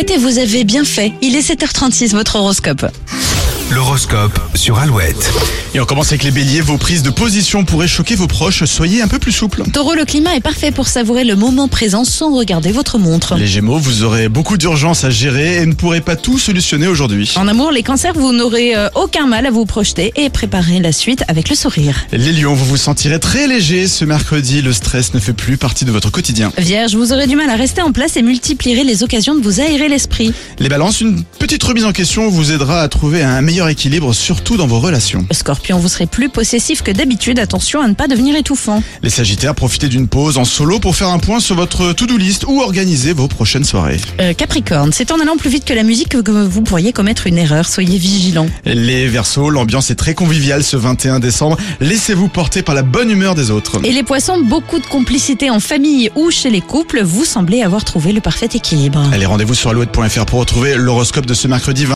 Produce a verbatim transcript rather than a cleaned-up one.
Alouette et vous avez bien fait. Il est sept heures trente-six, votre horoscope. L'horoscope sur Alouette. Et on commence avec les béliers. Vos prises de position pourraient choquer vos proches. Soyez un peu plus souple. Taureau, le climat est parfait pour savourer le moment présent sans regarder votre montre. Les gémeaux, vous aurez beaucoup d'urgence à gérer et ne pourrez pas tout solutionner aujourd'hui. En amour, les cancers, vous n'aurez euh, aucun mal à vous projeter et préparer la suite avec le sourire. Les lions, vous vous sentirez très léger ce mercredi. Le stress ne fait plus partie de votre quotidien. Vierge, vous aurez du mal à rester en place et multiplierez les occasions de vous aérer l'esprit. Les balances, une petite remise en question vous aidera à trouver un meilleur équilibre, surtout dans vos relations. Scorpion, vous serez plus possessif que d'habitude. Attention à ne pas devenir étouffant. Les sagittaires, profitez d'une pause en solo pour faire un point sur votre to-do list ou organiser vos prochaines soirées. Euh, Capricorne, c'est en allant plus vite que la musique que vous pourriez commettre une erreur. Soyez vigilants. Les Verseaux, l'ambiance est très conviviale ce vingt et un décembre. Laissez-vous porter par la bonne humeur des autres. Et les poissons, beaucoup de complicité en famille ou chez les couples. Vous semblez avoir trouvé le parfait équilibre. Allez, rendez-vous sur alouette point f r pour retrouver l'horoscope de ce mercredi vingt.